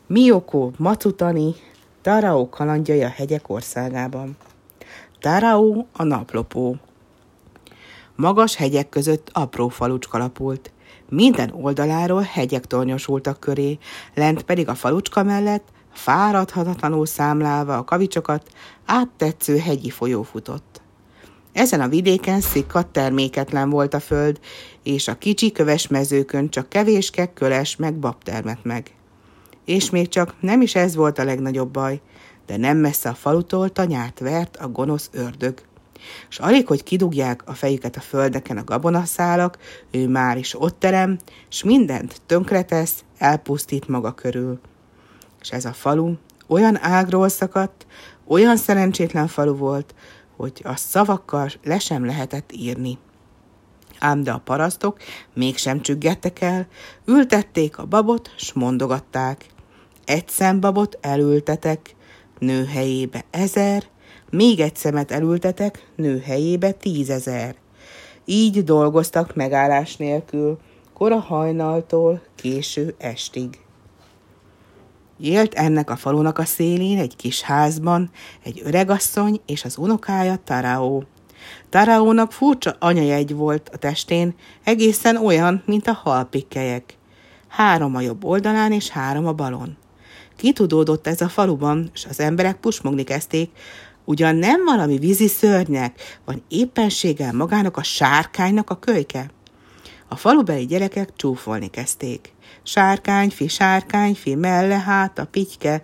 Miyoko Matsutani, Tarao kalandjai a hegyek országában. Tarao a naplopó. Magas hegyek között apró falucska lapult. Minden oldaláról hegyek tornyosultak köré, lent pedig a falucska mellett, fáradhatatlanul számlálva a kavicsokat, áttetsző hegyi folyó futott. Ezen a vidéken szikkadt terméketlen volt a föld, és a kicsi köves mezőkön csak kevéske köles meg bab termett meg. És még csak nem is ez volt a legnagyobb baj, de nem messze a falutól tanyát vert a gonosz ördög. S alig, hogy kidugják a fejüket a földeken a gabonaszálak, ő már is ott terem, s mindent tönkretesz, elpusztít maga körül. És ez a falu olyan ágról szakadt, olyan szerencsétlen falu volt, hogy a szavakkal le sem lehetett írni. Ám de a parasztok mégsem csüggedtek el, ültették a babot, s mondogatták. Egy szembabot elültetek, nő helyébe 1000, még egy szemet elültetek, nő helyébe 10 000. Így dolgoztak megállás nélkül, kora hajnaltól késő estig. Élt ennek a falunak a szélén egy kis házban egy öregasszony és az unokája Tarao. Taraónak furcsa anyajegy volt a testén, egészen olyan, mint a halpikkelyek. 3 a jobb oldalán és 3 a balon. Kitudódott ez a faluban, s az emberek pusmogni kezdték, ugyan nem valami vízi szörnyek, van éppenséggel magának a sárkánynak a kölyke. A falubeli gyerekek csúfolni kezdték. Sárkányfi, melle hát a pityke,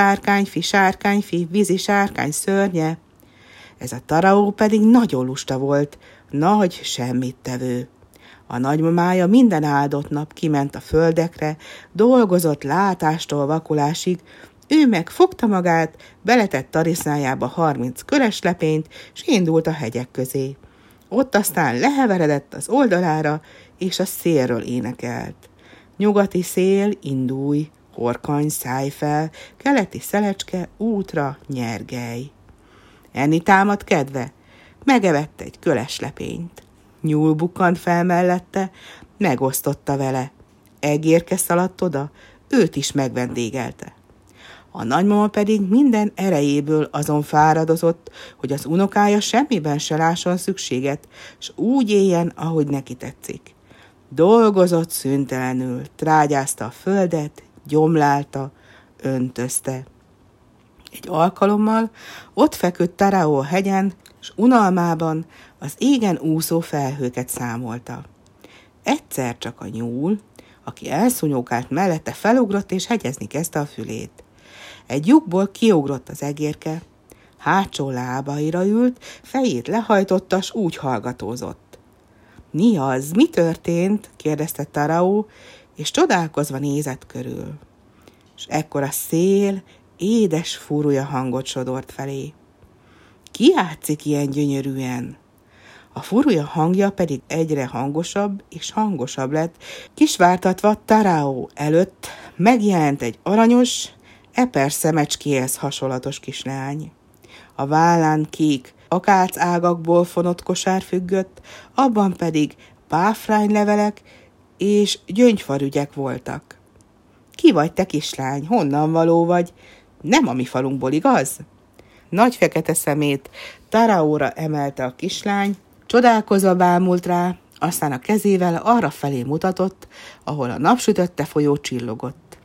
sárkányfi, vízi sárkány szörnye. Ez a Tarao pedig nagyon lusta volt, nagy semmittevő. A nagymamája minden áldott nap kiment a földekre, dolgozott látástól vakulásig, ő meg fogta magát, beletett tarisznájába 30 köreslepényt, s indult a hegyek közé. Ott aztán leheveredett az oldalára, és a szélről énekelt. Nyugati szél, indulj, horkany, szállj fel, keleti szelecske, útra, nyergelj. Enni támad kedve? Megevett egy köleslepényt. Nyúl bukkant fel mellette, megosztotta vele. Egérke szaladt oda, őt is megvendégelte. A nagymama pedig minden erejéből azon fáradozott, hogy az unokája semmiben se lásson szükséget, s úgy éljen, ahogy neki tetszik. Dolgozott szüntelenül, trágyázta a földet, gyomlálta, öntözte. Egy alkalommal ott feküdt Tarao a hegyen, s unalmában az égen úszó felhőket számolta. Egyszer csak a nyúl, aki elszúnyókált mellette, felugrott és hegyezni kezdte a fülét. Egy lyukból kiugrott az egérke, hátsó lábaira ült, fejét lehajtotta, s úgy hallgatózott. Mi az? Mi történt? kérdezte Tarao, és csodálkozva nézett körül. És ekkor a szél édes fúrója hangot sodort felé. Ki játszik ilyen gyönyörűen? A fúrója hangja pedig egyre hangosabb és hangosabb lett, kisvártatva Tarao előtt megjelent egy aranyos, eper szemecskéhez hasonlatos kislány. A vállán kék akácágakból fonott kosár függött, abban pedig páfránylevelek és gyöngyfarügyek voltak. Ki vagy te, kislány? Honnan való vagy? Nem a mi falunkból, igaz? Nagy fekete szemét Taraóra emelte a kislány, csodálkozva bámult rá, aztán a kezével arra felé mutatott, ahol a napsütötte folyó csillogott.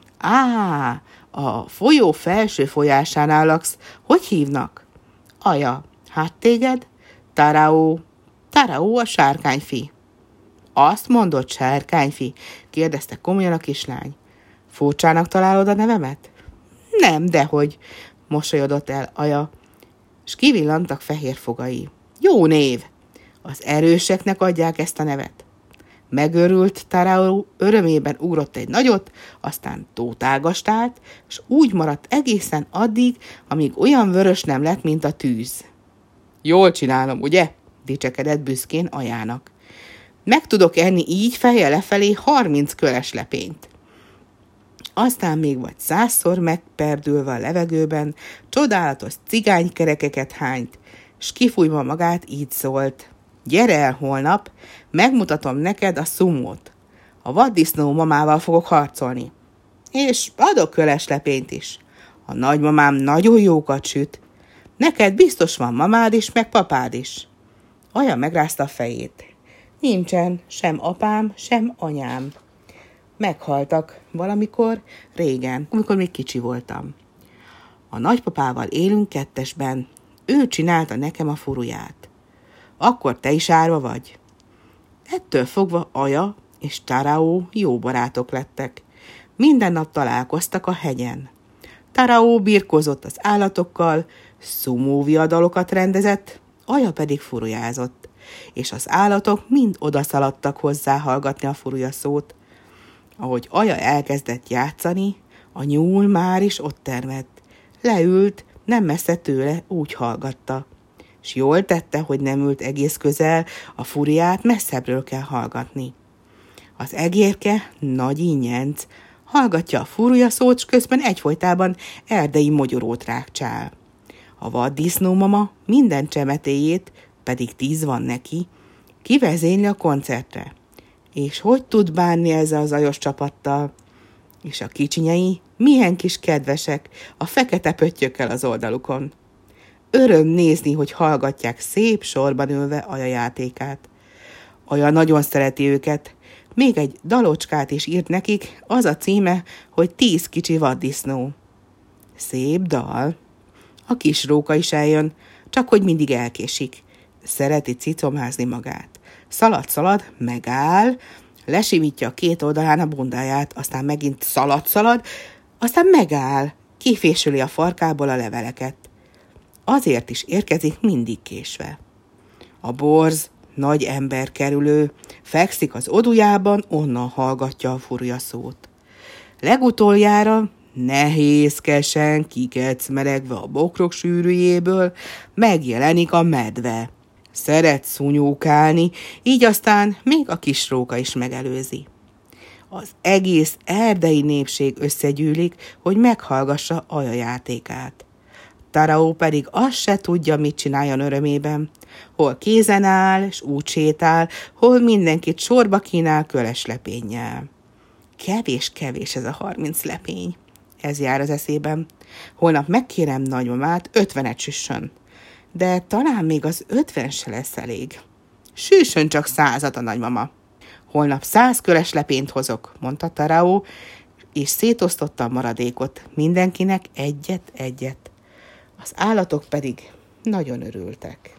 Á, a folyó felső folyásánál laksz. Hogy hívnak? Aja, hát téged? Tarao. Tarao a sárkányfi. Azt mondod, sárkányfi? Kérdezte komolyan a kislány. Furcsának találod a nevemet? Nem, dehogy, mosolyodott el Aja, s kivillantak fehér fogai. Jó név! Az erőseknek adják ezt a nevet. Megörült Tarao, örömében ugrott egy nagyot, aztán tótágast állt, s úgy maradt egészen addig, amíg olyan vörös nem lett, mint a tűz. Jól csinálom, ugye? Dicsekedett büszkén Ajának. Meg tudok enni így fejjel lefelé 30 köleslepényt. Aztán még vagy 100-szor megperdülve a levegőben, csodálatos cigánykerekeket hányt, s kifújva magát így szólt. Gyere el holnap, megmutatom neked a szumót. A vaddisznó mamával fogok harcolni. És adok köleslepényt is. A nagymamám nagyon jókat süt. Neked biztos van mamád is, meg papád is. Aja megrázta a fejét. Nincsen sem apám, sem anyám. Meghaltak valamikor régen, amikor még kicsi voltam. A nagypapával élünk kettesben. Ő csinálta nekem a furuját. Akkor te is árva vagy? Ettől fogva Aja és Tarao jó barátok lettek. Minden nap találkoztak a hegyen. Tarao birkózott az állatokkal, szumó viadalokat rendezett, Aja pedig furujázott, és az állatok mind odaszaladtak hozzá hallgatni a furuja szót. Ahogy Aja elkezdett játszani, a nyúl már is ott termett. Leült, nem messze tőle, úgy hallgatta. S jól tette, hogy nem ült egész közel, a furiát messzebbről kell hallgatni. Az egérke nagy ínyenc, hallgatja a fúrja szót, s közben egyfolytában erdei mogyorót rákcsál. A vaddisznómama minden csemetéjét, pedig 10 van neki, kivezényli a koncertre. És hogy tud bánni ezzel az ajos csapattal? És a kicsinyei milyen kis kedvesek, a fekete pöttyökkel az oldalukon. Öröm nézni, hogy hallgatják szép sorban ülve Aja játékát. Aja nagyon szereti őket. Még egy dalocskát is írt nekik, az a címe, hogy 10 kicsi vaddisznó. Szép dal. A kis róka is eljön, csak hogy mindig elkésik. Szereti cicomázni magát. Szalad, megáll, lesimítja a 2 oldalán a bundáját, aztán megint szalad, aztán megáll, kifésüli a farkából a leveleket. Azért is érkezik mindig késve. A borz, nagy ember kerülő, fekszik az odujában, onnan hallgatja a furja szót. Legutoljára nehézkesen kikecmeregve a bokrok sűrűjéből megjelenik a medve. Szeret szunyókálni, így aztán még a kis róka is megelőzi. Az egész erdei népség összegyűlik, hogy meghallgassa Aja játékát. Tarao pedig azt se tudja, mit csináljon örömében. Hol kézen áll, és úgy sétál, hol mindenkit sorba kínál köleslepénnyel. Kevés ez a 30 lepény. Ez jár az eszében. Holnap megkérem nagymamát, 50-et süssön. De talán még az 50 se lesz elég. Süssön csak 100-at a nagymama. Holnap 100 köleslepényt hozok, mondta Tarao, és szétosztotta a maradékot. Mindenkinek egyet. Az állatok pedig nagyon örültek.